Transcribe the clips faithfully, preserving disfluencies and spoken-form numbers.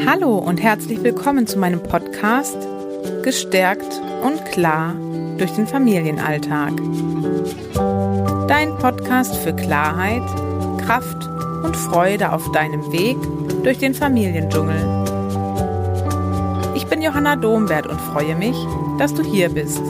Hallo und herzlich willkommen zu meinem Podcast Gestärkt und klar durch den Familienalltag. Dein Podcast für Klarheit, Kraft und Freude auf deinem Weg durch den Familiendschungel. Ich bin Johanna Dombert und freue mich, dass du hier bist.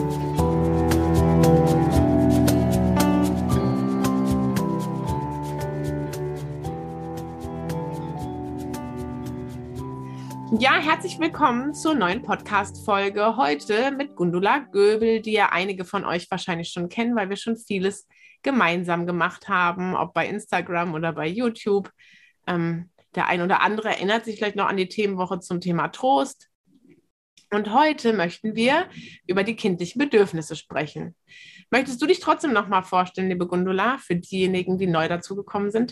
Ja, herzlich willkommen zur neuen Podcast-Folge. Heute mit Gundula Göbel, die ja einige von euch wahrscheinlich schon kennen, weil wir schon vieles gemeinsam gemacht haben, ob bei Instagram oder bei YouTube. Ähm, der ein oder andere erinnert sich vielleicht noch an die Themenwoche zum Thema Trost. Und heute möchten wir über die kindlichen Bedürfnisse sprechen. Möchtest du dich trotzdem noch mal vorstellen, liebe Gundula, für diejenigen, die neu dazugekommen sind?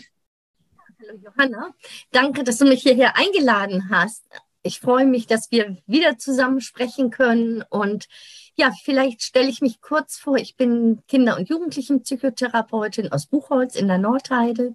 Hallo Johanna, danke, dass du mich hierher eingeladen hast. Ich freue mich, dass wir wieder zusammen sprechen können. Und ja, vielleicht stelle ich mich kurz vor. Ich bin Kinder- und Jugendlichenpsychotherapeutin aus Buchholz in der Nordheide.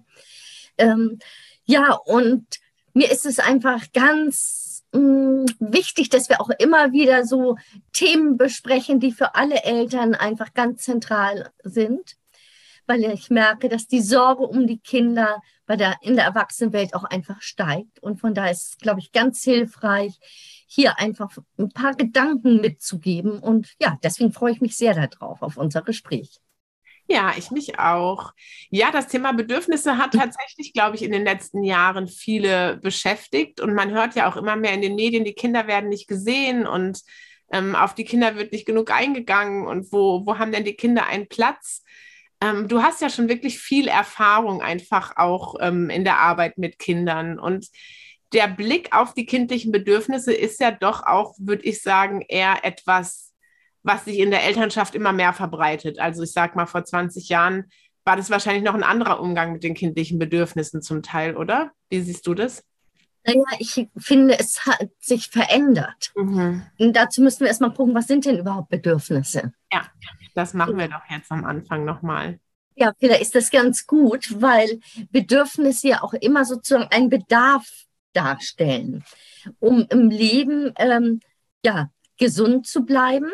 Ähm, ja, und mir ist es einfach ganz mh, wichtig, dass wir auch immer wieder so Themen besprechen, die für alle Eltern einfach ganz zentral sind. Weil ich merke, dass die Sorge um die Kinder bei der, in der Erwachsenenwelt auch einfach steigt. Und von daher ist es, glaube ich, ganz hilfreich, hier einfach ein paar Gedanken mitzugeben. Und ja, deswegen freue ich mich sehr darauf, auf unser Gespräch. Ja, ich mich auch. Ja, das Thema Bedürfnisse hat tatsächlich, glaube ich, in den letzten Jahren viele beschäftigt. Und man hört ja auch immer mehr in den Medien, die Kinder werden nicht gesehen und ähm, auf die Kinder wird nicht genug eingegangen. Und wo, wo haben denn die Kinder einen Platz? Ähm, du hast ja schon wirklich viel Erfahrung einfach auch ähm, in der Arbeit mit Kindern. Und der Blick auf die kindlichen Bedürfnisse ist ja doch auch, würde ich sagen, eher etwas, was sich in der Elternschaft immer mehr verbreitet. Also ich sage mal, vor zwanzig Jahren war das wahrscheinlich noch ein anderer Umgang mit den kindlichen Bedürfnissen zum Teil, oder? Wie siehst du das? Naja, ich finde, es hat sich verändert. Mhm. Und dazu müssen wir erstmal gucken, was sind denn überhaupt Bedürfnisse? Ja, das machen wir doch jetzt am Anfang nochmal. Ja, vielleicht ist das ganz gut, weil Bedürfnisse ja auch immer sozusagen einen Bedarf darstellen, um im Leben ähm, ja, gesund zu bleiben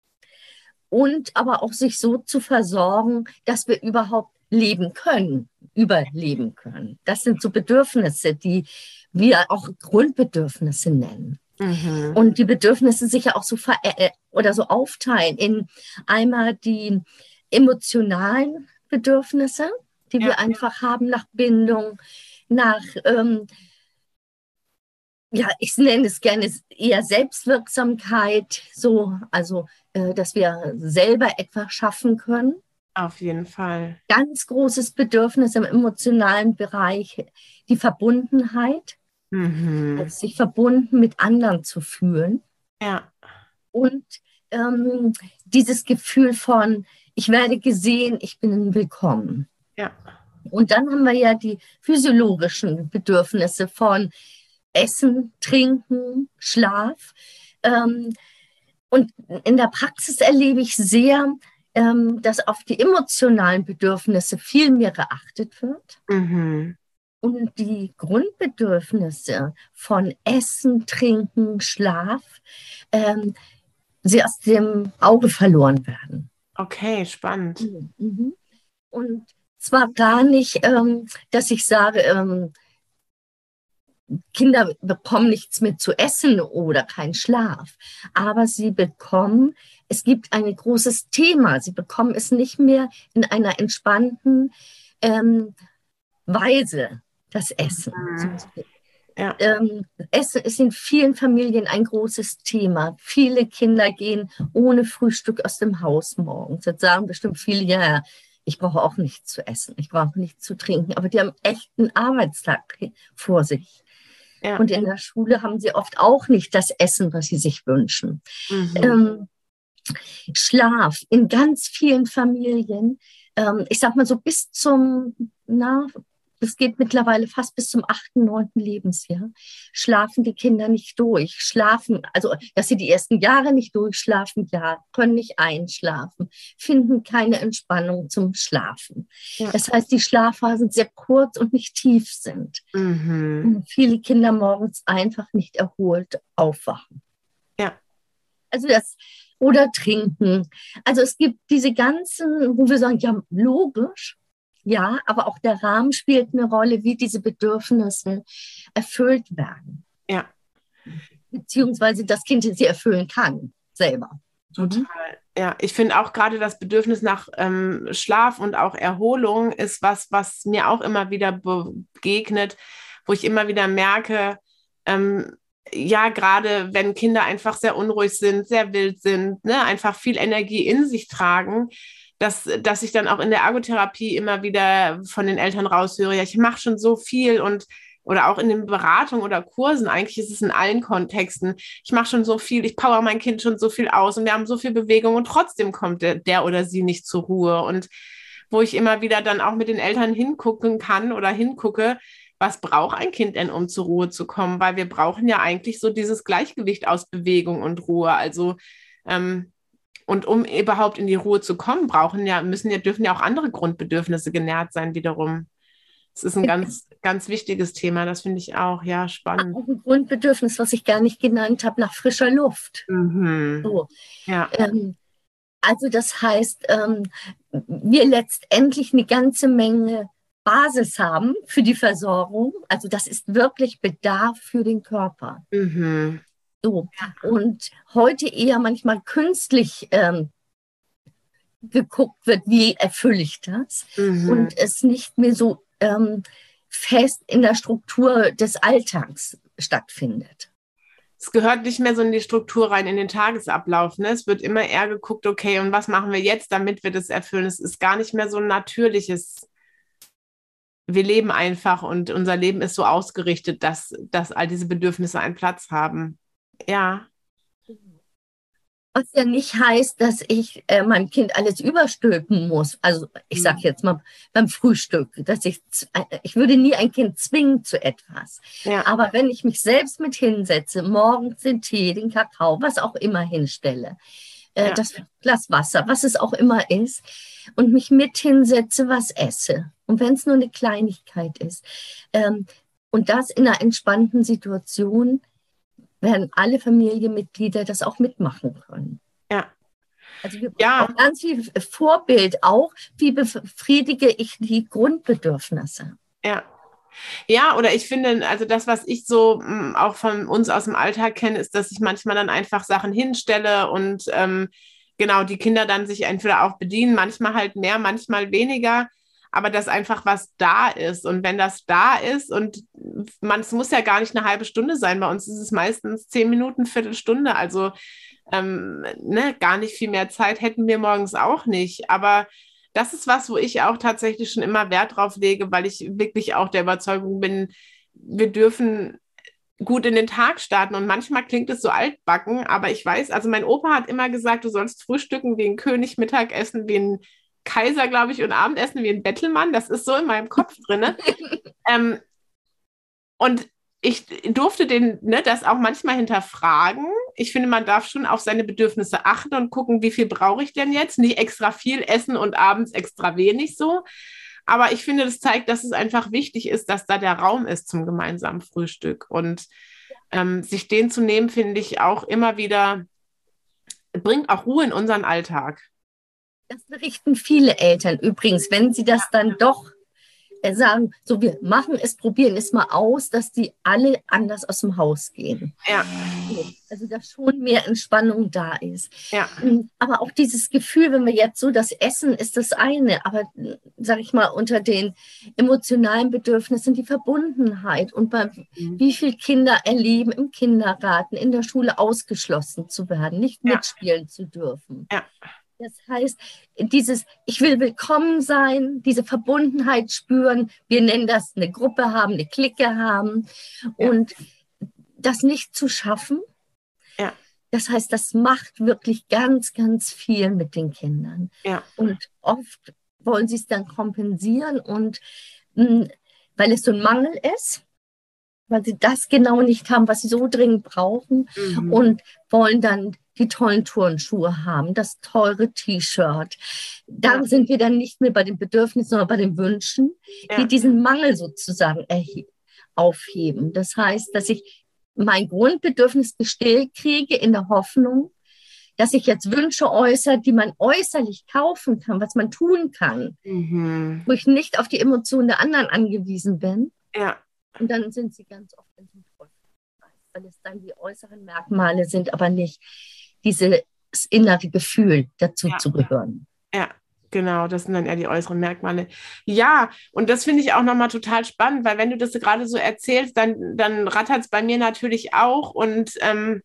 und aber auch sich so zu versorgen, dass wir überhaupt leben können, überleben können. Das sind so Bedürfnisse, die wir auch Grundbedürfnisse nennen. Mhm. Und die Bedürfnisse sich ja auch so ver oder so aufteilen in einmal die emotionalen Bedürfnisse, die ja. wir einfach haben nach Bindung, nach, ähm, ja, ich nenne es gerne eher Selbstwirksamkeit, so, also, äh, dass wir selber etwas schaffen können. Auf jeden Fall. Ganz großes Bedürfnis im emotionalen Bereich, die Verbundenheit, mhm. also sich verbunden mit anderen zu fühlen. Ja. Und ähm, dieses Gefühl von, ich werde gesehen, ich bin willkommen. Ja. Und dann haben wir ja die physiologischen Bedürfnisse von Essen, Trinken, Schlaf. Ähm, und in der Praxis erlebe ich sehr, ähm, dass auf die emotionalen Bedürfnisse viel mehr geachtet wird. Mhm. Und die Grundbedürfnisse von Essen, Trinken, Schlaf, ähm, sie aus dem Auge verloren werden. Okay, spannend. Mhm. Und zwar gar nicht, ähm, dass ich sage, ähm, Kinder bekommen nichts mehr zu essen oder keinen Schlaf, aber sie bekommen, es gibt ein großes Thema, sie bekommen es nicht mehr in einer entspannten ähm, Weise, das Essen. Mhm. Ja. Ähm, Essen ist in vielen Familien ein großes Thema. Viele Kinder gehen ohne Frühstück aus dem Haus morgens. Jetzt sagen bestimmt viele, ja, ich brauche auch nichts zu essen, ich brauche nichts zu trinken. Aber die haben echt einen Arbeitstag vor sich. Ja. Und in der Schule haben sie oft auch nicht das Essen, was sie sich wünschen. Mhm. Ähm, Schlaf in ganz vielen Familien, ähm, ich sag mal so bis zum, na, das geht mittlerweile fast bis zum achten, neunten Lebensjahr, schlafen die Kinder nicht durch. Schlafen, also dass sie die ersten Jahre nicht durchschlafen, ja, können nicht einschlafen, finden keine Entspannung zum Schlafen. Ja. Das heißt, die Schlafphasen sehr kurz und nicht tief sind. Mhm. Und viele Kinder morgens einfach nicht erholt aufwachen. Ja. Also das, oder trinken. Also es gibt diese ganzen, wo wir sagen, ja, logisch, ja, aber auch der Rahmen spielt eine Rolle, wie diese Bedürfnisse erfüllt werden. Ja. Beziehungsweise das Kind sie erfüllen kann, selber. Total. Ja, ich finde auch gerade das Bedürfnis nach ähm, Schlaf und auch Erholung ist was, was mir auch immer wieder begegnet, wo ich immer wieder merke, ähm, ja, gerade wenn Kinder einfach sehr unruhig sind, sehr wild sind, ne, einfach viel Energie in sich tragen, dass, dass ich dann auch in der Ergotherapie immer wieder von den Eltern raushöre, ja, ich mache schon so viel und oder auch in den Beratungen oder Kursen, eigentlich ist es in allen Kontexten, ich mache schon so viel, ich power mein Kind schon so viel aus und wir haben so viel Bewegung und trotzdem kommt der, der oder sie nicht zur Ruhe. Und wo ich immer wieder dann auch mit den Eltern hingucken kann oder hingucke, was braucht ein Kind denn, um zur Ruhe zu kommen? Weil wir brauchen ja eigentlich so dieses Gleichgewicht aus Bewegung und Ruhe. Also ähm, und um überhaupt in die Ruhe zu kommen, brauchen ja, müssen ja, dürfen ja auch andere Grundbedürfnisse genährt sein wiederum. Das ist ein ganz, ganz wichtiges Thema, das finde ich auch, ja, spannend. Auch ein Grundbedürfnis, was ich gar nicht genannt habe, nach frischer Luft. Mhm. So. Ja. Ähm, also das heißt, ähm, wir letztendlich eine ganze Menge Basis haben für die Versorgung. Also das ist wirklich Bedarf für den Körper. Mhm. So. Und heute eher manchmal künstlich ähm, geguckt wird, wie erfülle ich das? Mhm. Und es nicht mehr so ähm, fest in der Struktur des Alltags stattfindet. Es gehört nicht mehr so in die Struktur rein, in den Tagesablauf. Ne? Es wird immer eher geguckt, okay, und was machen wir jetzt, damit wir das erfüllen? Es ist gar nicht mehr so ein natürliches. Wir leben einfach und unser Leben ist so ausgerichtet, dass, dass all diese Bedürfnisse einen Platz haben. Ja. Was ja nicht heißt, dass ich äh, meinem Kind alles überstülpen muss. Also ich sage jetzt mal beim Frühstück, dass ich, ich würde nie ein Kind zwingen zu etwas. Ja. Aber wenn ich mich selbst mit hinsetze, morgens den Tee, den Kakao, was auch immer hinstelle, äh, ja. das Glas Wasser, was es auch immer ist, und mich mit hinsetze, was esse. Und wenn es nur eine Kleinigkeit ist. Ähm, und das in einer entspannten Situation, werden alle Familienmitglieder das auch mitmachen können. Ja. Also wir ja. brauchen ganz viel Vorbild auch, wie befriedige ich die Grundbedürfnisse. Ja. Ja, oder ich finde, also das, was ich so m, auch von uns aus dem Alltag kenne, ist, dass ich manchmal dann einfach Sachen hinstelle und ähm, genau, die Kinder dann sich entweder auch bedienen, manchmal halt mehr, manchmal weniger, aber dass einfach was da ist. Und wenn das da ist und man, es muss ja gar nicht eine halbe Stunde sein, bei uns ist es meistens zehn Minuten, Viertelstunde, also ähm, ne, gar nicht viel mehr Zeit hätten wir morgens auch nicht. Aber das ist was, wo ich auch tatsächlich schon immer Wert drauf lege, weil ich wirklich auch der Überzeugung bin, wir dürfen gut in den Tag starten. Und manchmal klingt es so altbacken, aber ich weiß, also mein Opa hat immer gesagt, du sollst frühstücken wie ein König, Mittagessen wie ein Kaiser, glaube ich, und Abendessen wie ein Bettelmann. Das ist so in meinem Kopf drin. ähm, und ich durfte den, ne, das auch manchmal hinterfragen. Ich finde, man darf schon auf seine Bedürfnisse achten und gucken, wie viel brauche ich denn jetzt? Nicht extra viel essen und abends extra wenig so. Aber ich finde, das zeigt, dass es einfach wichtig ist, dass da der Raum ist zum gemeinsamen Frühstück. Und ähm, sich den zu nehmen, finde ich auch immer wieder, bringt auch Ruhe in unseren Alltag. Das berichten viele Eltern übrigens, wenn sie das dann doch äh, sagen, so wir machen es, probieren es mal aus, dass die alle anders aus dem Haus gehen. Ja. Also dass schon mehr Entspannung da ist. Ja. Aber auch dieses Gefühl, wenn wir jetzt so, das Essen ist das eine, aber sage ich mal, unter den emotionalen Bedürfnissen die Verbundenheit und bei mhm. wie viele Kinder erleben im Kindergarten, in der Schule ausgeschlossen zu werden, nicht ja. mitspielen zu dürfen. Ja. Das heißt, dieses, ich will willkommen sein, diese Verbundenheit spüren, wir nennen das eine Gruppe haben, eine Clique haben ja. und das nicht zu schaffen. Ja. Das heißt, das macht wirklich ganz, ganz viel mit den Kindern. Ja. Und oft wollen sie es dann kompensieren und mh, weil es so ein Mangel ist, weil sie das genau nicht haben, was sie so dringend brauchen mhm. und wollen dann die tollen Turnschuhe haben, das teure T-Shirt. Da ja. sind wir dann nicht mehr bei den Bedürfnissen, sondern bei den Wünschen, ja. die diesen Mangel sozusagen aufheben. Das heißt, dass ich mein Grundbedürfnis gestillt kriege in der Hoffnung, dass ich jetzt Wünsche äußere, die man äußerlich kaufen kann, was man tun kann, mhm. wo ich nicht auf die Emotionen der anderen angewiesen bin. Ja. Und dann sind sie ganz oft in dem Teufelskreis, weil es dann die äußeren Merkmale sind, aber nicht dieses innere Gefühl, dazu ja. zu gehören. Ja, genau, das sind dann eher die äußeren Merkmale. Ja, und das finde ich auch nochmal total spannend, weil wenn du das gerade so erzählst, dann, dann rattert es bei mir natürlich auch. Und ähm,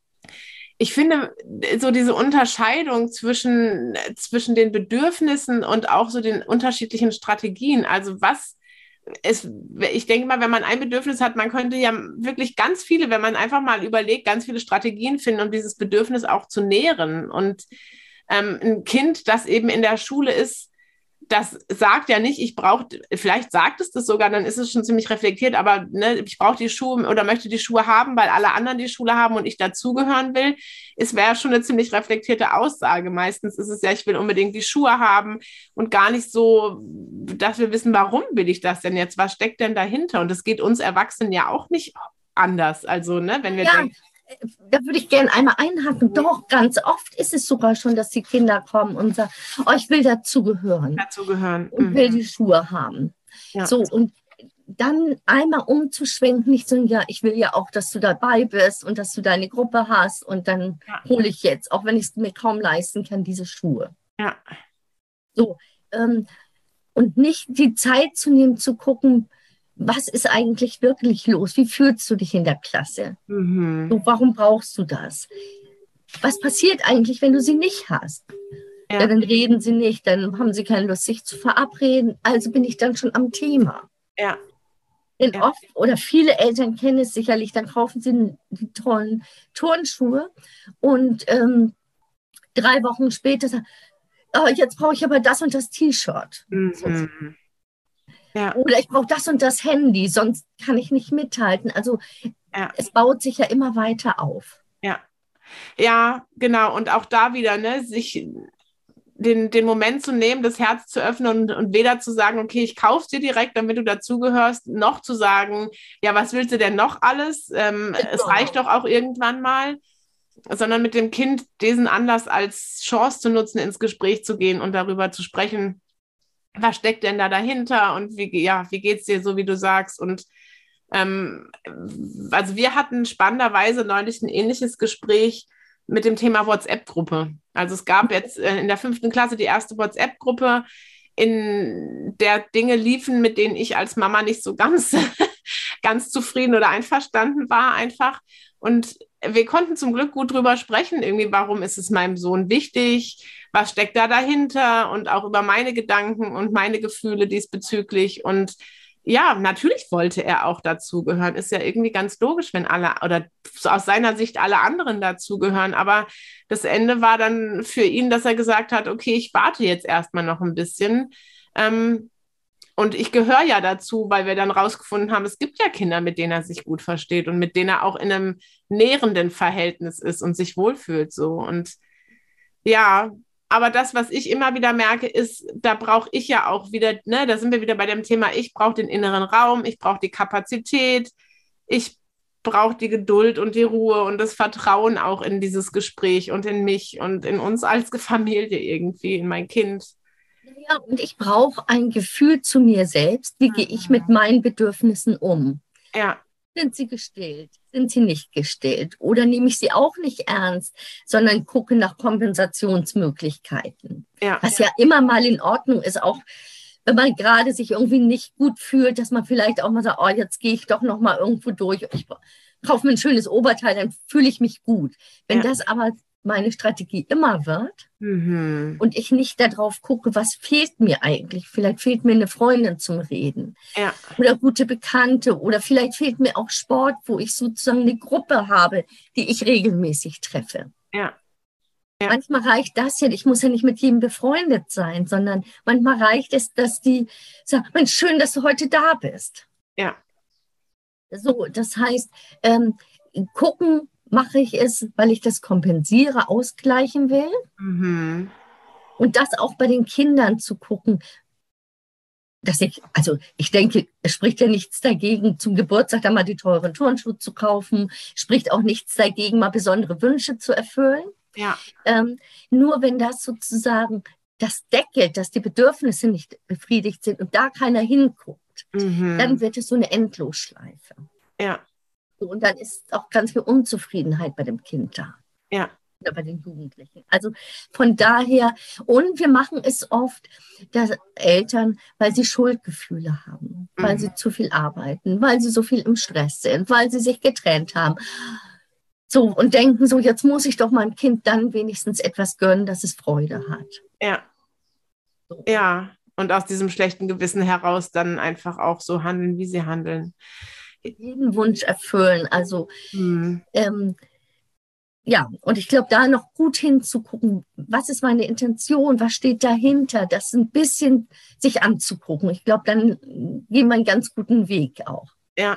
ich finde so diese Unterscheidung zwischen, zwischen den Bedürfnissen und auch so den unterschiedlichen Strategien, also was Es, ich denke mal, wenn man ein Bedürfnis hat, man könnte ja wirklich ganz viele, wenn man einfach mal überlegt, ganz viele Strategien finden, um dieses Bedürfnis auch zu nähren. Und ähm, ein Kind, das eben in der Schule ist, das sagt ja nicht, ich brauche, vielleicht sagt es das sogar, dann ist es schon ziemlich reflektiert, aber ne, ich brauche die Schuhe oder möchte die Schuhe haben, weil alle anderen die Schule haben und ich dazugehören will. Es wäre schon eine ziemlich reflektierte Aussage. Meistens ist es ja, ich will unbedingt die Schuhe haben und gar nicht so, dass wir wissen, warum will ich das denn jetzt? Was steckt denn dahinter? Und das geht uns Erwachsenen ja auch nicht anders. Also, ne, wenn wir ja. denken, Da würde ich gerne einmal einhaken. Doch, ganz oft ist es sogar schon, dass die Kinder kommen und sagen, oh, ich will dazugehören. Dazugehören. Und mhm. will die Schuhe haben. Ja. So, und dann einmal umzuschwenken, nicht so, ja, ich will ja auch, dass du dabei bist und dass du deine Gruppe hast und dann ja. hole ich jetzt, auch wenn ich es mir kaum leisten kann, diese Schuhe. Ja. So, ähm, und nicht die Zeit zu nehmen, zu gucken, was ist eigentlich wirklich los? Wie fühlst du dich in der Klasse? Mhm. So, warum brauchst du das? Was passiert eigentlich, wenn du sie nicht hast? Ja. Ja, dann reden sie nicht, dann haben sie keine Lust, sich zu verabreden. Also bin ich dann schon am Thema. Ja. Denn ja. oft, oder viele Eltern kennen es sicherlich, dann kaufen sie die tollen Turnschuhe und ähm, drei Wochen später sagen, oh, jetzt brauche ich aber das und das T-Shirt. Mhm. So. Ja. Oder ich brauche das und das Handy, sonst kann ich nicht mithalten. Also ja. es baut sich ja immer weiter auf. Ja, ja, genau. Und auch da wieder, ne, sich den, den Moment zu nehmen, das Herz zu öffnen und, und weder zu sagen, okay, ich kaufe dir direkt, damit du dazugehörst, noch zu sagen, ja, was willst du denn noch alles? Ähm, genau. Es reicht doch auch irgendwann mal. Sondern mit dem Kind diesen Anlass als Chance zu nutzen, ins Gespräch zu gehen und darüber zu sprechen, was steckt denn da dahinter und wie, ja, wie geht es dir, so wie du sagst. Und ähm, also wir hatten spannenderweise neulich ein ähnliches Gespräch mit dem Thema WhatsApp-Gruppe. Also es gab jetzt äh, in der fünften Klasse die erste WhatsApp-Gruppe, in der Dinge liefen, mit denen ich als Mama nicht so ganz, ganz zufrieden oder einverstanden war einfach. Und wir konnten zum Glück gut drüber sprechen, irgendwie, warum ist es meinem Sohn wichtig, was steckt da dahinter und auch über meine Gedanken und meine Gefühle diesbezüglich. Und ja, natürlich wollte er auch dazugehören. Ist ja irgendwie ganz logisch, wenn alle oder aus seiner Sicht alle anderen dazugehören. Aber das Ende war dann für ihn, dass er gesagt hat, okay, ich warte jetzt erstmal noch ein bisschen. Ähm, Und ich gehöre ja dazu, weil wir dann rausgefunden haben, es gibt ja Kinder, mit denen er sich gut versteht und mit denen er auch in einem nährenden Verhältnis ist und sich wohlfühlt so. Und ja, aber das, was ich immer wieder merke, ist, da brauche ich ja auch wieder, ne, da sind wir wieder bei dem Thema, ich brauche den inneren Raum, ich brauche die Kapazität, ich brauche die Geduld und die Ruhe und das Vertrauen auch in dieses Gespräch und in mich und in uns als Familie irgendwie, in mein Kind. Ja, und ich brauche ein Gefühl zu mir selbst. Wie gehe ich mit meinen Bedürfnissen um? Ja. Sind sie gestillt? Sind sie nicht gestillt? Oder nehme ich sie auch nicht ernst, sondern gucke nach Kompensationsmöglichkeiten? Ja. Was ja immer mal in Ordnung ist, auch wenn man gerade sich irgendwie nicht gut fühlt, dass man vielleicht auch mal sagt, oh, jetzt gehe ich doch noch mal irgendwo durch. Ich kaufe mir ein schönes Oberteil, dann fühle ich mich gut. Wenn ja. das aber meine Strategie immer wird mhm. und ich nicht darauf gucke, was fehlt mir eigentlich. Vielleicht fehlt mir eine Freundin zum Reden ja. oder gute Bekannte oder vielleicht fehlt mir auch Sport, wo ich sozusagen eine Gruppe habe, die ich regelmäßig treffe. Ja. Ja. Manchmal reicht das ja, ich muss ja nicht mit jedem befreundet sein, sondern manchmal reicht es, dass die sagen, Mensch, schön, dass du heute da bist. Ja. So, das heißt, ähm, gucken mache ich es, weil ich das kompensiere, ausgleichen will. Mhm. Und das auch bei den Kindern zu gucken, dass ich, also ich denke, es spricht ja nichts dagegen, zum Geburtstag dann mal die teuren Turnschuhe zu kaufen, spricht auch nichts dagegen, mal besondere Wünsche zu erfüllen. Ja. Ähm, nur wenn das sozusagen das deckelt, dass die Bedürfnisse nicht befriedigt sind und da keiner hinguckt, Mhm. dann wird es so eine Endlosschleife. Ja. Und dann ist auch ganz viel Unzufriedenheit bei dem Kind da. Ja. Oder bei den Jugendlichen. Also von daher, und wir machen es oft, dass Eltern, weil sie Schuldgefühle haben, mhm. weil sie zu viel arbeiten, weil sie so viel im Stress sind, weil sie sich getrennt haben. So, und denken so, jetzt muss ich doch meinem Kind dann wenigstens etwas gönnen, dass es Freude hat. Ja. So. Ja. Und aus diesem schlechten Gewissen heraus dann einfach auch so handeln, wie sie handeln. Jeden Wunsch erfüllen. Also, mhm. ähm, ja, und ich glaube, da noch gut hinzugucken, was ist meine Intention, was steht dahinter, das ein bisschen sich anzugucken. Ich glaube, dann gehen wir einen ganz guten Weg auch. Ja.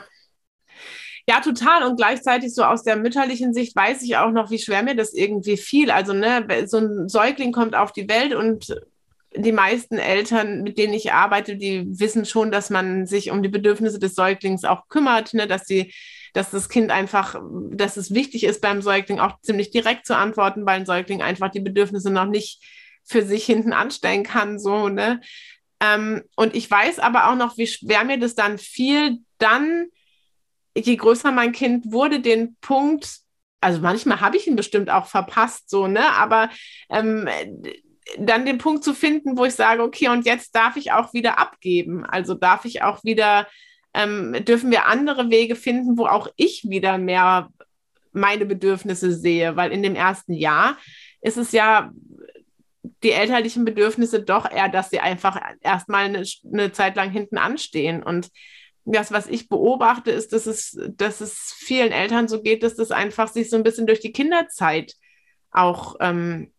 Ja, total. Und gleichzeitig so aus der mütterlichen Sicht weiß ich auch noch, wie schwer mir das irgendwie fiel. Also, ne, so ein Säugling kommt auf die Welt und die meisten Eltern, mit denen ich arbeite, die wissen schon, dass man sich um die Bedürfnisse des Säuglings auch kümmert, ne, dass die dass das Kind einfach, dass es wichtig ist, beim Säugling auch ziemlich direkt zu antworten, weil ein Säugling einfach die Bedürfnisse noch nicht für sich hinten anstellen kann, so, ne? Ähm, und ich weiß aber auch noch, wie schwer mir das dann fiel, dann, je größer mein Kind wurde, den Punkt, also manchmal habe ich ihn bestimmt auch verpasst, so, ne? Aber ähm, dann den Punkt zu finden, wo ich sage, okay, und jetzt darf ich auch wieder abgeben. Also darf ich auch wieder Ähm, dürfen wir andere Wege finden, wo auch ich wieder mehr meine Bedürfnisse sehe, weil in dem ersten Jahr ist es ja die elterlichen Bedürfnisse doch eher, dass sie einfach erstmal eine, eine Zeit lang hinten anstehen. Und das, was ich beobachte, ist, dass es, dass es vielen Eltern so geht, dass das einfach sich so ein bisschen durch die Kinderzeit auch, ähm,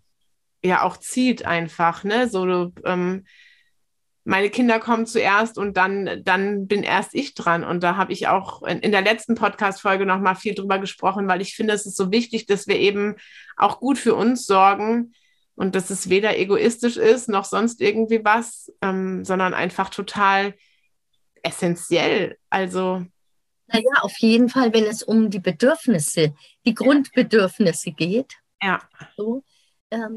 ja, auch zieht einfach, ne, so, ähm, meine Kinder kommen zuerst und dann, dann bin erst ich dran. Und da habe ich auch in, in der letzten Podcast-Folge noch mal viel drüber gesprochen, weil ich finde, es ist so wichtig, dass wir eben auch gut für uns sorgen und dass es weder egoistisch ist noch sonst irgendwie was, ähm, sondern einfach total essentiell. Also naja, auf jeden Fall, wenn es um die Bedürfnisse, die Grundbedürfnisse geht. Ja. So, ähm,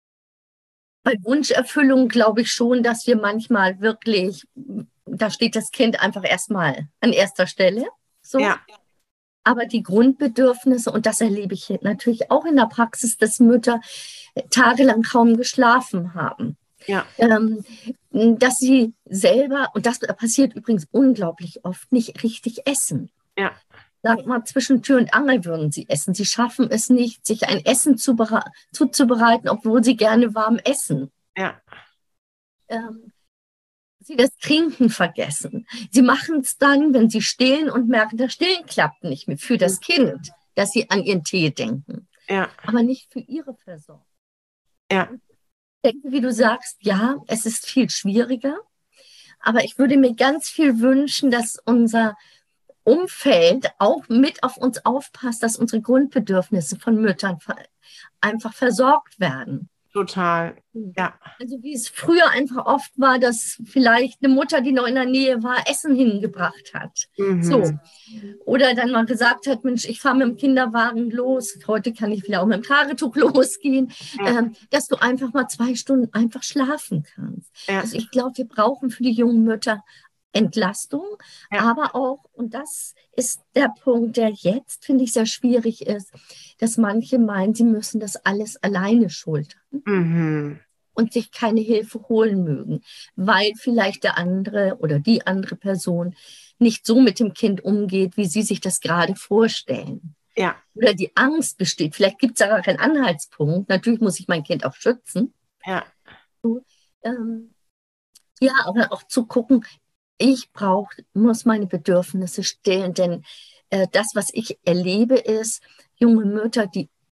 bei Wunscherfüllung glaube ich schon, dass wir manchmal wirklich, da steht das Kind einfach erstmal an erster Stelle. So. Ja. Aber die Grundbedürfnisse, und das erlebe ich natürlich auch in der Praxis, dass Mütter tagelang kaum geschlafen haben. Ja. Ähm, dass sie selber, und das passiert übrigens unglaublich oft, nicht richtig essen. Ja. Sag mal, zwischen Tür und Angel würden sie essen. Sie schaffen es nicht, sich ein Essen zubere- zuzubereiten, obwohl sie gerne warm essen. Ja. Ähm, sie das Trinken vergessen. Sie machen es dann, wenn sie stillen und merken, das Stillen klappt nicht mehr für das Kind, dass sie an ihren Tee denken. Ja. Aber nicht für ihre Versorgung. Ja. Ich denke, wie du sagst, ja, es ist viel schwieriger. Aber ich würde mir ganz viel wünschen, dass unser Umfeld auch mit auf uns aufpasst, dass unsere Grundbedürfnisse von Müttern einfach versorgt werden. Total, ja. Also wie es früher einfach oft war, dass vielleicht eine Mutter, die noch in der Nähe war, Essen hingebracht hat. Mhm. So. Oder dann mal gesagt hat, Mensch, ich fahre mit dem Kinderwagen los, heute kann ich wieder auch mit dem Tragetuch losgehen, Ja. ähm, dass du einfach mal zwei Stunden einfach schlafen kannst. Ja. Also ich glaube, wir brauchen für die jungen Mütter Entlastung, Ja. aber auch, und das ist der Punkt, der jetzt, finde ich, sehr schwierig ist, dass manche meinen, sie müssen das alles alleine schultern Mhm. und sich keine Hilfe holen mögen, weil vielleicht der andere oder die andere Person nicht so mit dem Kind umgeht, wie sie sich das gerade vorstellen. Ja. Oder die Angst besteht. Vielleicht gibt es aber keinen Anhaltspunkt. Natürlich muss ich mein Kind auch schützen. Ja. So, ähm, ja, aber auch zu gucken, ich brauche, muss meine Bedürfnisse stillen, denn äh, das, was ich erlebe, ist junge Mütter, die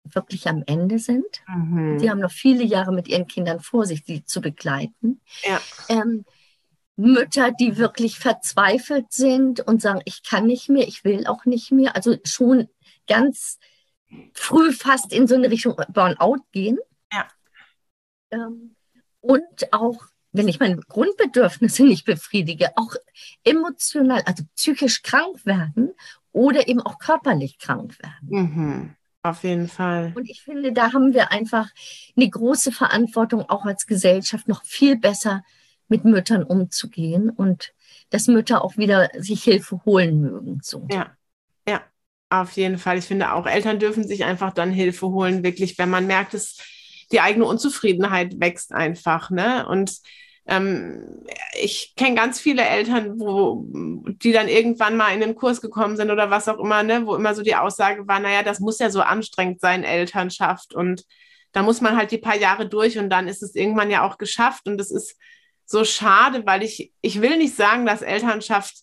wirklich am Ende sind. Mhm. Sie haben noch viele Jahre mit ihren Kindern vor sich, die zu begleiten. Ja. Ähm, Mütter, die wirklich verzweifelt sind und sagen, ich kann nicht mehr, ich will auch nicht mehr. Also schon ganz früh fast in so eine Richtung Burnout gehen. Ja. Ähm, und auch, wenn ich meine Grundbedürfnisse nicht befriedige, auch emotional, also psychisch krank werden oder eben auch körperlich krank werden. Mhm. Auf jeden Fall. Und ich finde, da haben wir einfach eine große Verantwortung, auch als Gesellschaft noch viel besser mit Müttern umzugehen und dass Mütter auch wieder sich Hilfe holen mögen. So. Ja, ja, auf jeden Fall. Ich finde auch, Eltern dürfen sich einfach dann Hilfe holen, wirklich, wenn man merkt, dass die eigene Unzufriedenheit wächst einfach, ne? Und ähm, ich kenne ganz viele Eltern, wo die dann irgendwann mal in den Kurs gekommen sind oder was auch immer, ne? Wo immer so die Aussage war, naja, das muss ja so anstrengend sein, Elternschaft. Und da muss man halt die paar Jahre durch und dann ist es irgendwann ja auch geschafft. Und das ist so schade, weil ich, ich will nicht sagen, dass Elternschaft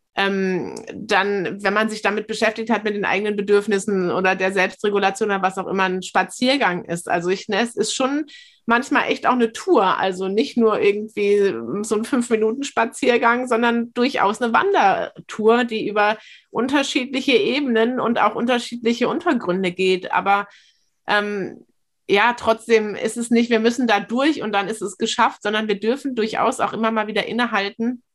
ähm, dann, wenn man sich damit beschäftigt hat, mit den eigenen Bedürfnissen oder der Selbstregulation oder was auch immer, ein Spaziergang ist. Also ich, ne, es ist schon manchmal echt auch eine Tour. Also nicht nur irgendwie so ein Fünf-Minuten-Spaziergang, sondern durchaus eine Wandertour, die über unterschiedliche Ebenen und auch unterschiedliche Untergründe geht. Aber ähm, ja, trotzdem ist es nicht, wir müssen da durch und dann ist es geschafft, sondern wir dürfen durchaus auch immer mal wieder innehalten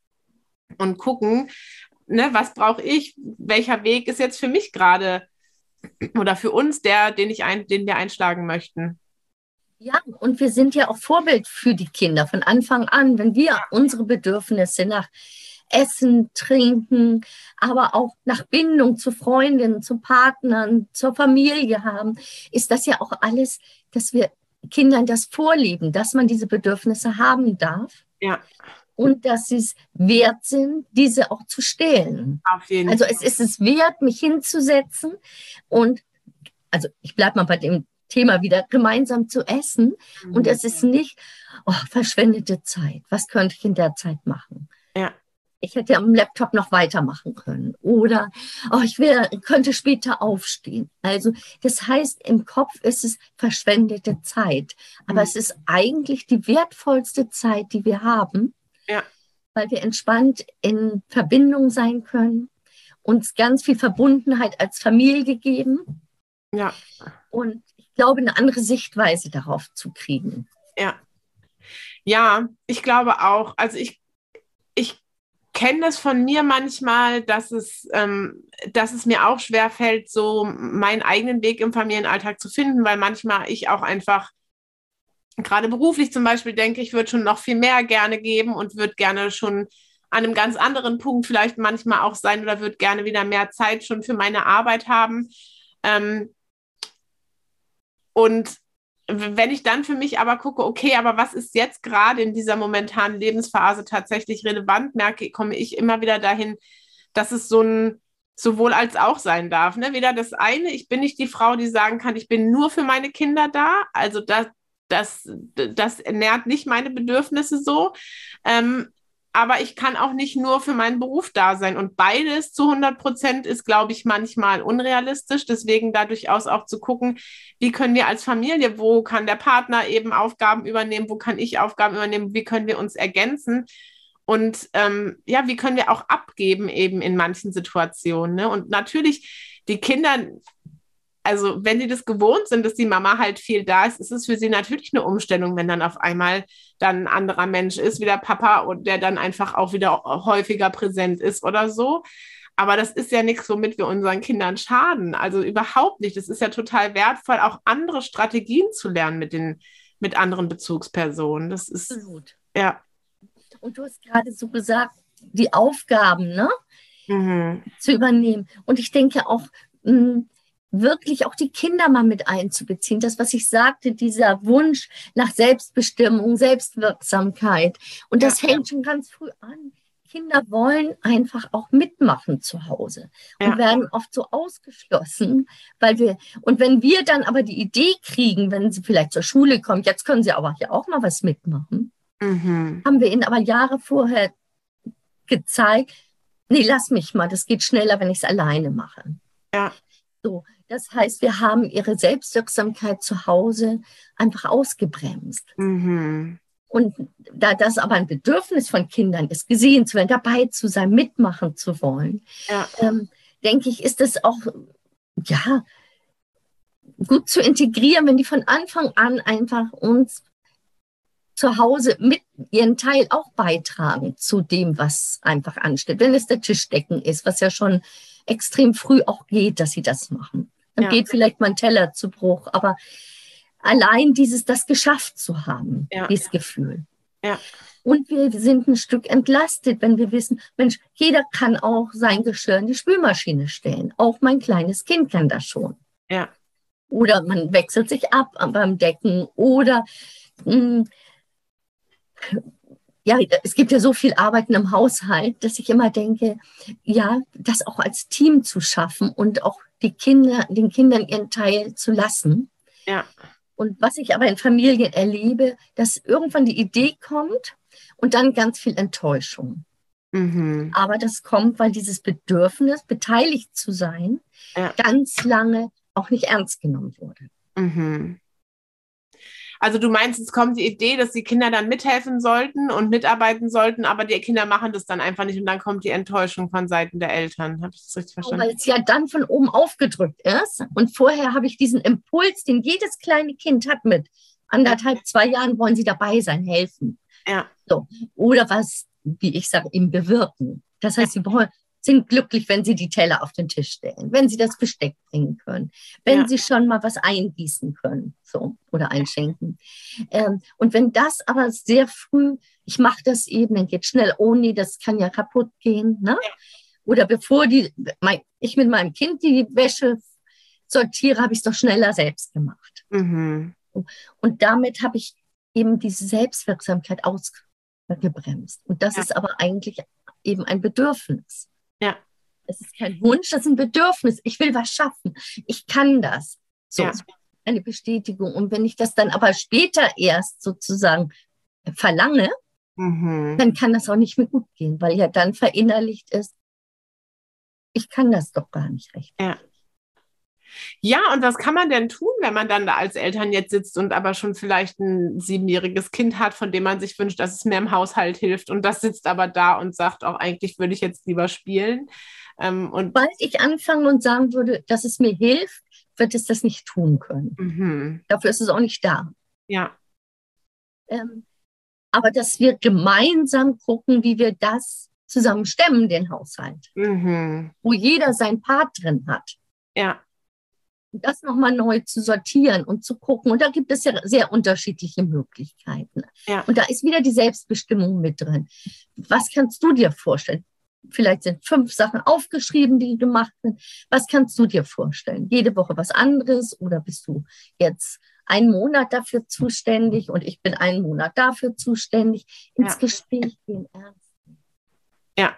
und gucken, ne, was brauche ich, welcher Weg ist jetzt für mich gerade oder für uns der, den ich ein, den wir einschlagen möchten. Ja, und wir sind ja auch Vorbild für die Kinder von Anfang an, wenn wir unsere Bedürfnisse nach Essen, Trinken, aber auch nach Bindung zu Freundinnen, zu Partnern, zur Familie haben, ist das ja auch alles, dass wir Kindern das vorleben, dass man diese Bedürfnisse haben darf. Ja. Und dass sie es wert sind, diese auch zu stillen. Auf jeden also Fall. es ist es wert, mich hinzusetzen und, also ich bleibe mal bei dem Thema wieder, gemeinsam zu essen. Mhm. Und es ist nicht, oh, verschwendete Zeit. Was könnte ich in der Zeit machen? Ja. Ich hätte am Laptop noch weitermachen können. Oder, oh, ich wär, könnte später aufstehen. Also das heißt, im Kopf ist es verschwendete Zeit. Aber mhm. es ist eigentlich die wertvollste Zeit, die wir haben. Ja. Weil wir entspannt in Verbindung sein können, uns ganz viel Verbundenheit als Familie geben. Ja. Und ich glaube, eine andere Sichtweise darauf zu kriegen. Ja. Ja, ich glaube auch. Also ich, ich kenne das von mir manchmal, dass es, ähm, dass es mir auch schwerfällt, so meinen eigenen Weg im Familienalltag zu finden, weil manchmal ich auch einfach gerade beruflich zum Beispiel denke, ich würde schon noch viel mehr gerne geben und würde gerne schon an einem ganz anderen Punkt vielleicht manchmal auch sein oder würde gerne wieder mehr Zeit schon für meine Arbeit haben. Ähm, und wenn ich dann für mich aber gucke, okay, aber was ist jetzt gerade in dieser momentanen Lebensphase tatsächlich relevant, merke, komme ich immer wieder dahin, dass es so ein sowohl als auch sein darf. Ne? Weder das eine, ich bin nicht die Frau, die sagen kann, ich bin nur für meine Kinder da, also das Das, das ernährt nicht meine Bedürfnisse so. Ähm, aber ich kann auch nicht nur für meinen Beruf da sein. Und beides zu hundert Prozent ist, glaube ich, manchmal unrealistisch. Deswegen da durchaus auch zu gucken, wie können wir als Familie, wo kann der Partner eben Aufgaben übernehmen, wo kann ich Aufgaben übernehmen, wie können wir uns ergänzen. Und ähm, ja, wie können wir auch abgeben eben in manchen Situationen. Ne? Und natürlich, die Kinder... Also wenn die das gewohnt sind, dass die Mama halt viel da ist, ist es für sie natürlich eine Umstellung, wenn dann auf einmal dann ein anderer Mensch ist, wie der Papa, und der dann einfach auch wieder häufiger präsent ist oder so. Aber das ist ja nichts, womit wir unseren Kindern schaden. Also überhaupt nicht. Das ist ja total wertvoll, auch andere Strategien zu lernen mit den, mit anderen Bezugspersonen. Das ist, absolut. Ja. Und du hast gerade so gesagt, die Aufgaben, ne, mhm. zu übernehmen. Und ich denke auch, mh, wirklich auch die Kinder mal mit einzubeziehen. Das, was ich sagte, dieser Wunsch nach Selbstbestimmung, Selbstwirksamkeit. Und das ja, fängt ja. schon ganz früh an. Kinder wollen einfach auch mitmachen zu Hause und ja. werden oft so ausgeschlossen, weil wir, und wenn wir dann aber die Idee kriegen, wenn sie vielleicht zur Schule kommen, jetzt können sie aber hier auch mal was mitmachen, mhm. haben wir ihnen aber Jahre vorher gezeigt, nee, lass mich mal, das geht schneller, wenn ich es alleine mache. Ja. So, Das heißt, wir haben ihre Selbstwirksamkeit zu Hause einfach ausgebremst. Mhm. Und da das aber ein Bedürfnis von Kindern ist, gesehen zu werden, dabei zu sein, mitmachen zu wollen, Ja. ähm, denke ich, ist es auch ja, gut zu integrieren, wenn die von Anfang an einfach uns zu Hause mit ihren Teil auch beitragen zu dem, was einfach ansteht. Wenn es der Tischdecken ist, was ja schon extrem früh auch geht, dass sie das machen. Dann Ja. geht vielleicht mal ein Teller zu Bruch, aber allein dieses, das geschafft zu haben, Ja. dieses Gefühl. Ja. Und wir sind ein Stück entlastet, wenn wir wissen, Mensch, jeder kann auch sein Geschirr in die Spülmaschine stellen. Auch mein kleines Kind kann das schon. Ja. Oder man wechselt sich ab beim Decken. Oder mh, ja, es gibt ja so viel Arbeiten im Haushalt, dass ich immer denke, ja, das auch als Team zu schaffen und auch die Kinder, den Kindern ihren Teil zu lassen. Ja. Und was ich aber in Familien erlebe, dass irgendwann die Idee kommt und dann ganz viel Enttäuschung. Mhm. Aber das kommt, weil dieses Bedürfnis, beteiligt zu sein, Ja. ganz lange auch nicht ernst genommen wurde. Mhm. Also du meinst, es kommt die Idee, dass die Kinder dann mithelfen sollten und mitarbeiten sollten, aber die Kinder machen das dann einfach nicht und dann kommt die Enttäuschung von Seiten der Eltern. Habe ich das richtig verstanden? Weil es ja dann von oben aufgedrückt ist. Und vorher habe ich diesen Impuls, den jedes kleine Kind hat mit anderthalb, zwei Jahren wollen sie dabei sein, helfen. Ja. So. Oder was, wie ich sage, ihm bewirken. Das heißt, sie wollen, sind glücklich, wenn sie die Teller auf den Tisch stellen, wenn sie das Besteck bringen können, wenn Ja. sie schon mal was eingießen können, so, oder einschenken. Ähm, und wenn das aber sehr früh, ich mache das eben, dann geht schnell, oh nee, das kann ja kaputt gehen, ne? Ja. Oder bevor die, mein, ich mit meinem Kind die Wäsche sortiere, habe ich es doch schneller selbst gemacht. Mhm. Und damit habe ich eben diese Selbstwirksamkeit ausgebremst. Und das Ja. ist aber eigentlich eben ein Bedürfnis. Ja. Es ist kein Wunsch, das ist ein Bedürfnis. Ich will was schaffen. Ich kann das. So, Ja. eine Bestätigung. Und wenn ich das dann aber später erst sozusagen verlange, Mhm. dann kann das auch nicht mehr gut gehen, weil ja dann verinnerlicht ist, ich kann das doch gar nicht recht. Ja. Ja, und was kann man denn tun, wenn man dann da als Eltern jetzt sitzt und aber schon vielleicht ein siebenjähriges Kind hat, von dem man sich wünscht, dass es mir im Haushalt hilft und das sitzt aber da und sagt, auch eigentlich würde ich jetzt lieber spielen. Ähm, und Sobald ich anfange und sagen würde, dass es mir hilft, wird es das nicht tun können. mhm. Dafür ist es auch nicht da. Ja. Ähm, aber dass wir gemeinsam gucken, wie wir das zusammen stemmen, den Haushalt, Mhm. wo jeder seinen Part drin hat. Ja. Und das nochmal neu zu sortieren und zu gucken. Und da gibt es ja sehr unterschiedliche Möglichkeiten. Ja. Und da ist wieder die Selbstbestimmung mit drin. Was kannst du dir vorstellen? Vielleicht sind fünf Sachen aufgeschrieben, die gemacht sind. Was kannst du dir vorstellen? Jede Woche was anderes? Oder bist du jetzt einen Monat dafür zuständig und ich bin einen Monat dafür zuständig? Ins Ja. Gespräch gehen, ernst. Ja.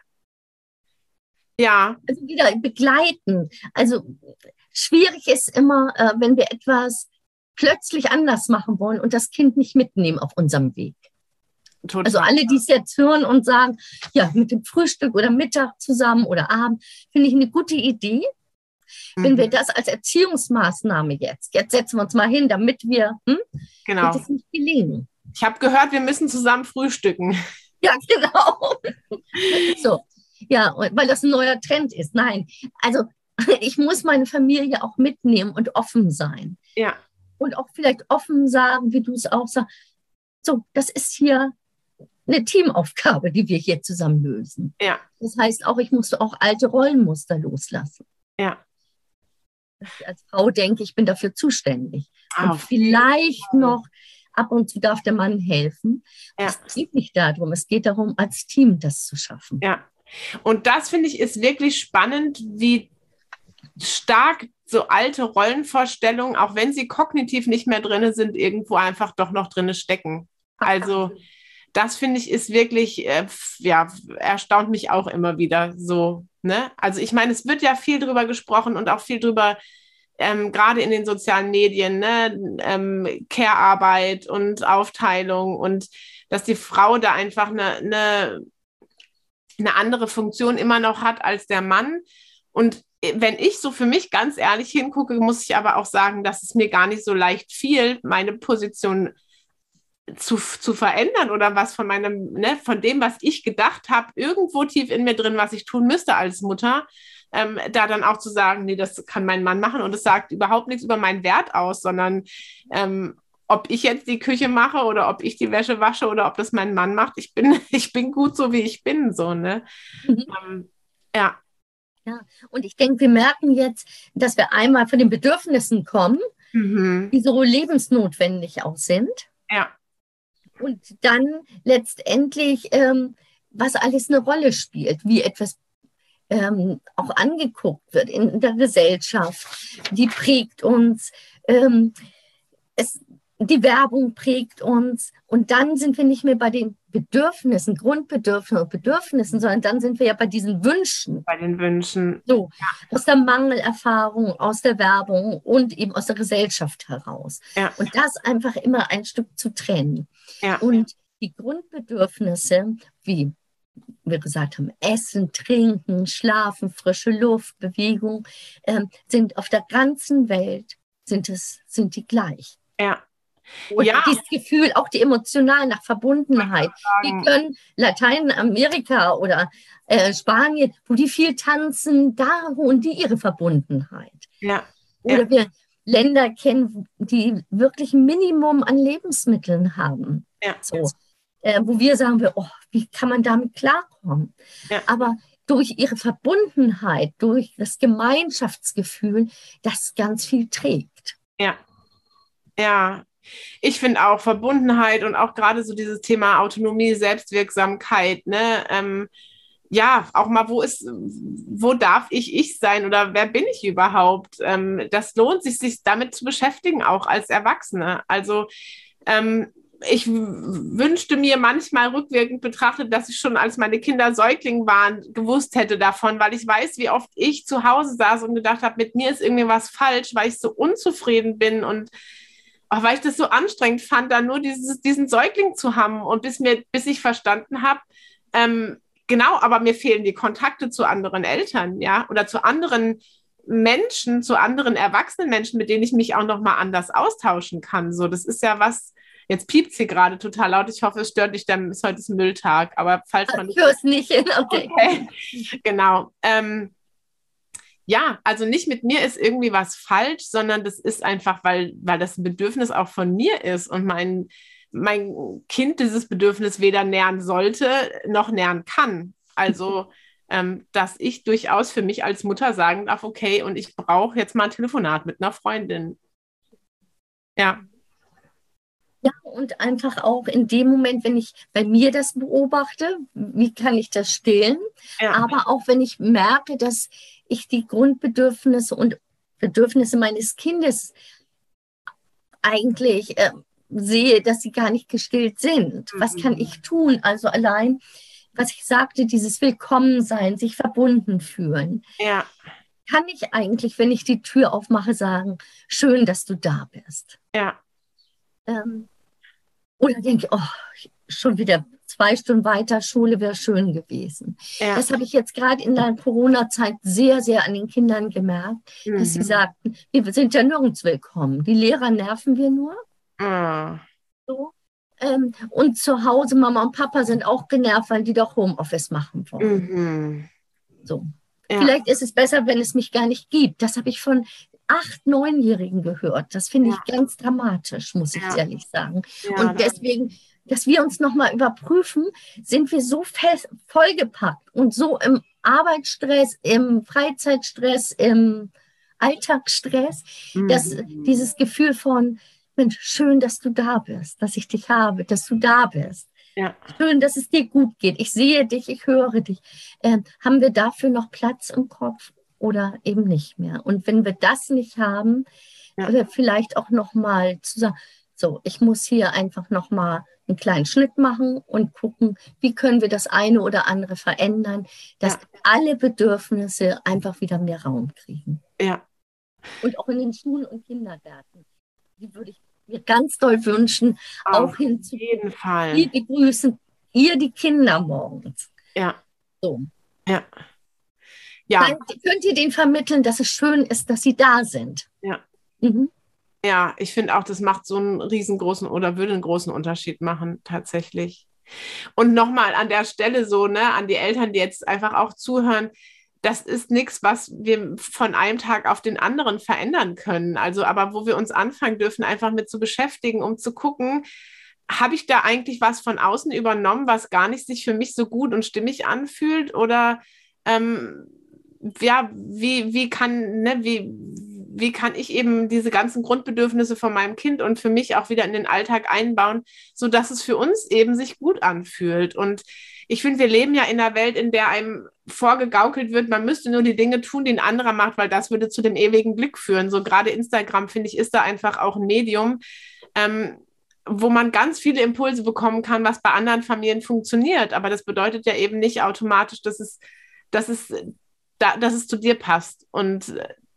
Ja. Also wieder begleiten. Also schwierig ist immer, äh, wenn wir etwas plötzlich anders machen wollen und das Kind nicht mitnehmen auf unserem Weg. Total. Also alle, die es jetzt hören und sagen, ja, mit dem Frühstück oder Mittag zusammen oder Abend, finde ich eine gute Idee. Wenn Mhm. wir das als Erziehungsmaßnahme jetzt, jetzt setzen wir uns mal hin, damit wir, hm, Genau. wird es nicht gelingen. Ich habe gehört, wir müssen zusammen frühstücken. Ja, genau. So, ja, und weil das ein neuer Trend ist. Nein, also ich muss meine Familie auch mitnehmen und offen sein. Ja. Und auch vielleicht offen sagen, wie du es auch sagst. So, das ist hier eine Teamaufgabe, die wir hier zusammen lösen. Ja. Das heißt auch, ich muss auch alte Rollenmuster loslassen. Ja. Dass ich als Frau denke, ich bin dafür zuständig. Und Auf vielleicht noch, ab und zu darf der Mann helfen. Ja. Es geht nicht darum, es geht darum, als Team das zu schaffen. Ja. Und das finde ich ist wirklich spannend, wie stark so alte Rollenvorstellungen, auch wenn sie kognitiv nicht mehr drin sind, irgendwo einfach doch noch drin stecken. Also das finde ich ist wirklich, äh, ja, erstaunt mich auch immer wieder so. Ne? Also ich meine, es wird ja viel drüber gesprochen und auch viel drüber, ähm, gerade in den sozialen Medien, ne? ähm, Care-Arbeit und Aufteilung und dass die Frau da einfach eine, eine, eine andere Funktion immer noch hat als der Mann. Und wenn ich so für mich ganz ehrlich hingucke, muss ich aber auch sagen, dass es mir gar nicht so leicht fiel, meine Position zu, zu verändern oder was von meinem, ne, von dem, was ich gedacht habe, irgendwo tief in mir drin, was ich tun müsste als Mutter, ähm, da dann auch zu sagen, nee, das kann mein Mann machen und es sagt überhaupt nichts über meinen Wert aus, sondern ähm, ob ich jetzt die Küche mache oder ob ich die Wäsche wasche oder ob das mein Mann macht, ich bin, ich bin gut so, wie ich bin, so, ne? Mhm. Ähm, ja. Ja, und ich denke, wir merken jetzt, dass wir einmal von den Bedürfnissen kommen, Mhm. die so lebensnotwendig auch sind. Ja. Und dann letztendlich, ähm, was alles eine Rolle spielt, wie etwas ähm, auch angeguckt wird in der Gesellschaft. Die prägt uns, ähm, es, die Werbung prägt uns. Und dann sind wir nicht mehr bei den Bedürfnissen, Grundbedürfnissen und Bedürfnissen, sondern dann sind wir ja bei diesen Wünschen. Bei den Wünschen. So, aus der Mangelerfahrung, aus der Werbung und eben aus der Gesellschaft heraus. Ja. Und das einfach immer ein Stück zu trennen. Ja. Und die Grundbedürfnisse, wie wir gesagt haben, Essen, Trinken, Schlafen, frische Luft, Bewegung, ähm, sind auf der ganzen Welt, sind, es, sind die gleich. Ja. Und Ja. dieses Gefühl, auch die emotional nach Verbundenheit. Die können Lateinamerika oder äh, Spanien, wo die viel tanzen, da holen die ihre Verbundenheit. Ja. Oder Ja. wir Länder kennen, die wirklich ein Minimum an Lebensmitteln haben. Ja. So, äh, wo wir sagen, wir, oh, wie kann man damit klarkommen? Ja. Aber durch ihre Verbundenheit, durch das Gemeinschaftsgefühl, das ganz viel trägt. Ja. Ja. Ich finde auch Verbundenheit und auch gerade so dieses Thema Autonomie, Selbstwirksamkeit, ne? Ähm, ja, auch mal, wo ist, wo darf ich ich sein oder wer bin ich überhaupt? Ähm, das lohnt sich, sich damit zu beschäftigen, auch als Erwachsene. Also ähm, ich wünschte mir manchmal rückwirkend betrachtet, dass ich schon, als meine Kinder Säugling waren, gewusst hätte davon, weil ich weiß, wie oft ich zu Hause saß und gedacht habe, mit mir ist irgendwie was falsch, weil ich so unzufrieden bin und auch weil ich das so anstrengend fand, da nur dieses, diesen Säugling zu haben und bis, mir, bis ich verstanden habe, ähm, genau, aber mir fehlen die Kontakte zu anderen Eltern, ja, oder zu anderen Menschen, zu anderen erwachsenen Menschen, mit denen ich mich auch nochmal anders austauschen kann. So, das ist ja was, jetzt piept sie gerade total laut, ich hoffe, es stört dich, dann ist heute ein Mülltag, aber falls man... Ich höre es nicht, okay. okay. Genau, ähm, ja, also nicht mit mir ist irgendwie was falsch, sondern das ist einfach, weil, weil das ein Bedürfnis auch von mir ist und mein, mein Kind dieses Bedürfnis weder nähern sollte, noch nähern kann. Also, ähm, dass ich durchaus für mich als Mutter sagen darf, okay, und ich brauche jetzt mal ein Telefonat mit einer Freundin. Ja. Ja, und einfach auch in dem Moment, wenn ich bei mir das beobachte, wie kann ich das stillen? Ja. Aber auch wenn ich merke, dass ich die Grundbedürfnisse und Bedürfnisse meines Kindes eigentlich äh, sehe, dass sie gar nicht gestillt sind. Mhm. Was kann ich tun? Also allein, was ich sagte, dieses Willkommensein, sich verbunden fühlen. Ja. Kann ich eigentlich, wenn ich die Tür aufmache, sagen, schön, dass du da bist. Ja. Ähm, oder denke ich, oh, schon wieder zwei Stunden weiter, Schule wäre schön gewesen. Ja. Das habe ich jetzt gerade in der Corona-Zeit sehr, sehr an den Kindern gemerkt, mhm. dass sie sagten, wir sind ja nirgends willkommen. Die Lehrer nerven wir nur. Mhm. So. Ähm, und zu Hause, Mama und Papa sind auch genervt, weil die doch Homeoffice machen wollen. Mhm. So. Ja. Vielleicht ist es besser, wenn es mich gar nicht gibt. Das habe ich von acht-, neunjährigen gehört. Das finde ich ja. ganz dramatisch, muss ich ja. ehrlich sagen. Ja, und deswegen, dass wir uns nochmal überprüfen, sind wir so fest, vollgepackt und so im Arbeitsstress, im Freizeitstress, im Alltagsstress, mhm. dass dieses Gefühl von, Mensch, schön, dass du da bist, dass ich dich habe, dass du da bist. Ja. Schön, dass es dir gut geht. Ich sehe dich, ich höre dich. Äh, haben wir dafür noch Platz im Kopf oder eben nicht mehr? Und wenn wir das nicht haben, ja. äh, vielleicht auch noch mal zu sagen, so, ich muss hier einfach noch mal einen kleinen Schnitt machen und gucken, wie können wir das eine oder andere verändern, dass ja. alle Bedürfnisse einfach wieder mehr Raum kriegen. Ja. Und auch in den Schulen und Kindergärten. Die würde ich mir ganz doll wünschen, Auf auch hinzu. Auf jeden Fall. Wir begrüßen ihr die Kinder morgens. Ja. So. Ja. ja. Nein, könnt ihr denen vermitteln, dass es schön ist, dass sie da sind? Ja. Mhm. Ja, ich finde auch, das macht so einen riesengroßen oder würde einen großen Unterschied machen, tatsächlich. Und nochmal an der Stelle so, ne, an die Eltern, die jetzt einfach auch zuhören, das ist nichts, was wir von einem Tag auf den anderen verändern können. Also, aber wo wir uns anfangen dürfen, einfach mit zu beschäftigen, um zu gucken, habe ich da eigentlich was von außen übernommen, was gar nicht sich für mich so gut und stimmig anfühlt? Oder ähm, ja, wie, wie kann, ne, wie, wie kann ich eben diese ganzen Grundbedürfnisse von meinem Kind und für mich auch wieder in den Alltag einbauen, sodass es für uns eben sich gut anfühlt. Und ich finde, wir leben ja in einer Welt, in der einem vorgegaukelt wird, man müsste nur die Dinge tun, die ein anderer macht, weil das würde zu dem ewigen Glück führen. So gerade Instagram, finde ich, ist da einfach auch ein Medium, ähm, wo man ganz viele Impulse bekommen kann, was bei anderen Familien funktioniert. Aber das bedeutet ja eben nicht automatisch, dass es, dass es, da, dass es zu dir passt. Und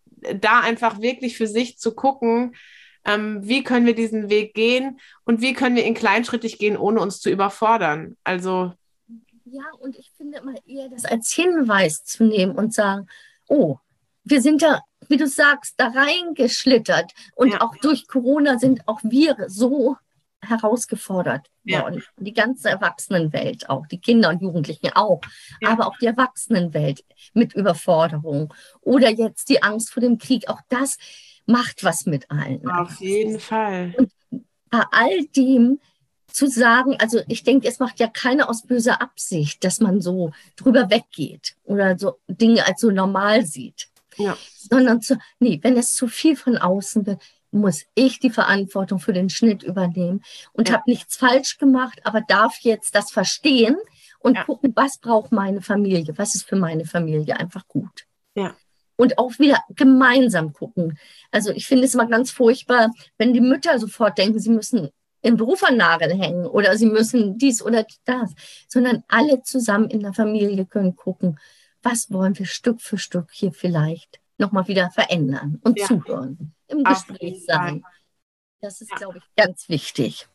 da einfach wirklich für sich zu gucken, ähm, wie können wir diesen Weg gehen und wie können wir ihn kleinschrittig gehen, ohne uns zu überfordern. Also ja, und ich finde immer eher das als Hinweis zu nehmen und sagen, oh, wir sind da, wie du sagst, da reingeschlittert und ja. auch durch Corona sind auch wir so herausgefordert worden. Ja. Die ganze Erwachsenenwelt auch, die Kinder und Jugendlichen auch, ja. aber auch die Erwachsenenwelt mit Überforderung oder jetzt die Angst vor dem Krieg, auch das macht was mit allen. Auf jeden Fall. Und bei all dem zu sagen, also ich denke, es macht ja keiner aus böser Absicht, dass man so drüber weggeht oder so Dinge als so normal sieht. Ja. Sondern zu, nee, wenn es zu viel von außen wird, muss ich die Verantwortung für den Schnitt übernehmen und ja. habe nichts falsch gemacht, aber darf jetzt das verstehen und ja. gucken, was braucht meine Familie, was ist für meine Familie einfach gut. Ja. Und auch wieder gemeinsam gucken. Also ich finde es immer ganz furchtbar, wenn die Mütter sofort denken, sie müssen im Beruf an Nagel hängen oder sie müssen dies oder das, sondern alle zusammen in der Familie können gucken, was wollen wir Stück für Stück hier vielleicht nochmal wieder verändern und ja. zuhören, im Gespräch sein. Das ist, ja. glaube ich, ganz wichtig.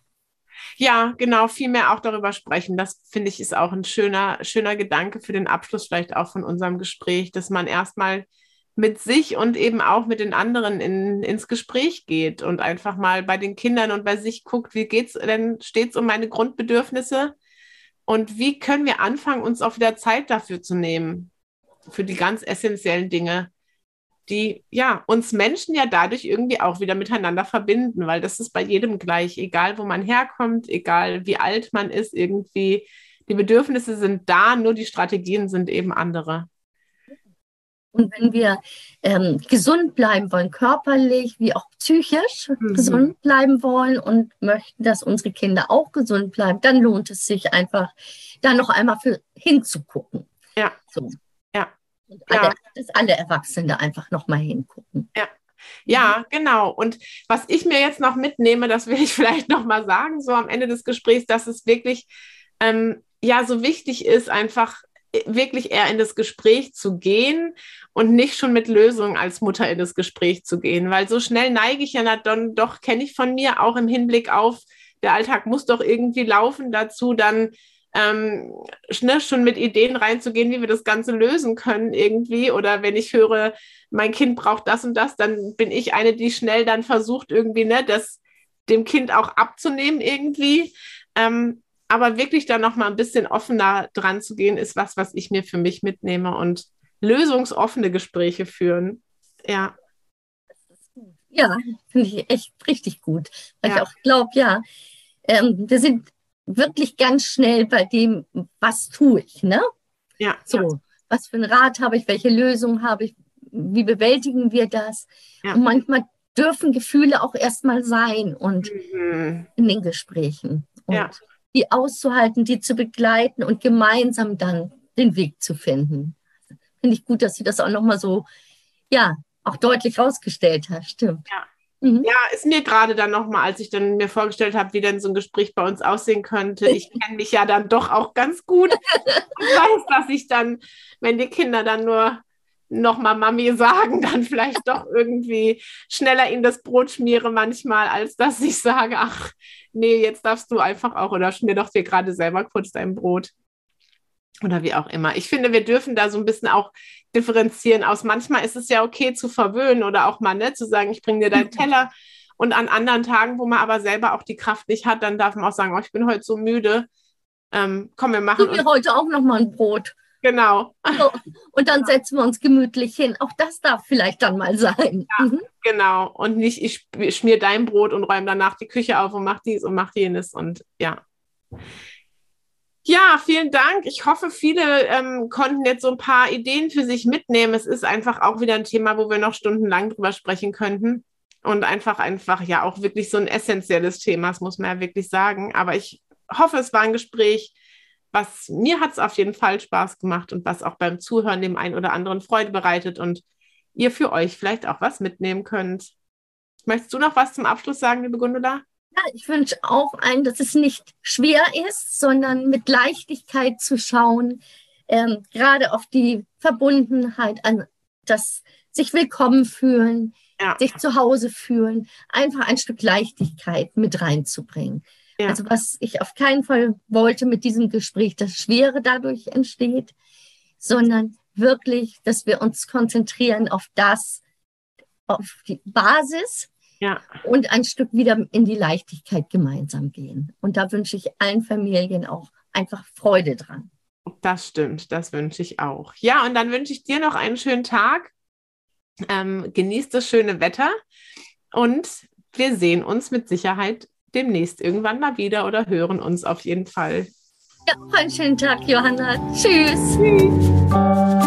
Ja, genau, viel mehr auch darüber sprechen. Das, finde ich, ist auch ein schöner, schöner Gedanke für den Abschluss vielleicht auch von unserem Gespräch, dass man erstmal mit sich und eben auch mit den anderen in, ins Gespräch geht und einfach mal bei den Kindern und bei sich guckt, wie geht's denn, steht es um meine Grundbedürfnisse und wie können wir anfangen, uns auch wieder Zeit dafür zu nehmen, für die ganz essentiellen Dinge, die ja uns Menschen ja dadurch irgendwie auch wieder miteinander verbinden, weil das ist bei jedem gleich, egal wo man herkommt, egal wie alt man ist, irgendwie die Bedürfnisse sind da, nur die Strategien sind eben andere. Und wenn wir ähm, gesund bleiben wollen, körperlich wie auch psychisch mhm. gesund bleiben wollen und möchten, dass unsere Kinder auch gesund bleiben, dann lohnt es sich einfach, da noch einmal für hinzugucken. Ja. So. Ja. Und alle, ja. dass alle Erwachsenen da einfach nochmal hingucken. Ja. Ja, genau. Und was ich mir jetzt noch mitnehme, das will ich vielleicht nochmal sagen, so am Ende des Gesprächs, dass es wirklich ähm, ja so wichtig ist, einfach wirklich eher in das Gespräch zu gehen und nicht schon mit Lösungen als Mutter in das Gespräch zu gehen, weil so schnell neige ich ja dann doch, kenne ich von mir, auch im Hinblick auf, der Alltag muss doch irgendwie laufen, dazu dann ähm, ne, schon mit Ideen reinzugehen, wie wir das Ganze lösen können irgendwie, oder wenn ich höre, mein Kind braucht das und das, dann bin ich eine, die schnell dann versucht irgendwie, ne, das dem Kind auch abzunehmen irgendwie, ähm, aber wirklich da noch mal ein bisschen offener dran zu gehen, ist was, was ich mir für mich mitnehme und lösungsoffene Gespräche führen. Ja. Ja, finde ich echt richtig gut. Weil ja. ich auch glaube, ja, ähm, wir sind wirklich ganz schnell bei dem, was tue ich, ne? Ja. So, ja. was für einen Rat habe ich, welche Lösung habe ich, wie bewältigen wir das? Ja. Und manchmal dürfen Gefühle auch erstmal sein und mhm. in den Gesprächen. Und ja. die auszuhalten, die zu begleiten und gemeinsam dann den Weg zu finden. Finde ich gut, dass du das auch nochmal so, ja, auch deutlich rausgestellt hast. Stimmt. Ja, mhm. ja ist mir gerade dann nochmal, als ich dann mir vorgestellt habe, wie denn so ein Gespräch bei uns aussehen könnte. Ich kenne mich ja dann doch auch ganz gut und weiß, dass ich dann, wenn die Kinder dann nur nochmal Mami sagen, dann vielleicht doch irgendwie schneller ihnen das Brot schmiere manchmal, als dass ich sage, ach, nee, jetzt darfst du einfach auch oder schmier doch dir gerade selber kurz dein Brot. Oder wie auch immer. Ich finde, wir dürfen da so ein bisschen auch differenzieren aus. Manchmal ist es ja okay zu verwöhnen oder auch mal ne, zu sagen, ich bringe dir deinen Teller. Und an anderen Tagen, wo man aber selber auch die Kraft nicht hat, dann darf man auch sagen, oh, ich bin heute so müde. Ähm, komm, wir machen. Tun wir heute auch noch mal ein Brot. Genau. So, und dann setzen wir uns gemütlich hin. Auch das darf vielleicht dann mal sein. Ja, mhm. Genau. Und nicht, ich schmier dein Brot und räume danach die Küche auf und mach dies und mach jenes. Und ja. Ja, vielen Dank. Ich hoffe, viele ähm, konnten jetzt so ein paar Ideen für sich mitnehmen. Es ist einfach auch wieder ein Thema, wo wir noch stundenlang drüber sprechen könnten. Und einfach, einfach, ja, auch wirklich so ein essentielles Thema, das muss man ja wirklich sagen. Aber ich hoffe, es war ein Gespräch, was mir hat es auf jeden Fall Spaß gemacht und was auch beim Zuhören dem einen oder anderen Freude bereitet und ihr für euch vielleicht auch was mitnehmen könnt. Möchtest du noch was zum Abschluss sagen, liebe Gundula? Ja, ich wünsche auch ein, dass es nicht schwer ist, sondern mit Leichtigkeit zu schauen, ähm, gerade auf die Verbundenheit, an das sich willkommen fühlen, ja. sich zu Hause fühlen, einfach ein Stück Leichtigkeit mit reinzubringen. Ja. Also was ich auf keinen Fall wollte mit diesem Gespräch, dass Schwere dadurch entsteht, sondern wirklich, dass wir uns konzentrieren auf das, auf die Basis, ja. und ein Stück wieder in die Leichtigkeit gemeinsam gehen. Und da wünsche ich allen Familien auch einfach Freude dran. Das stimmt, das wünsche ich auch. Ja, und dann wünsche ich dir noch einen schönen Tag. Ähm, genießt das schöne Wetter und wir sehen uns mit Sicherheit demnächst irgendwann mal wieder oder hören uns auf jeden Fall. Ja, einen schönen Tag, Johanna. Tschüss. Tschüss.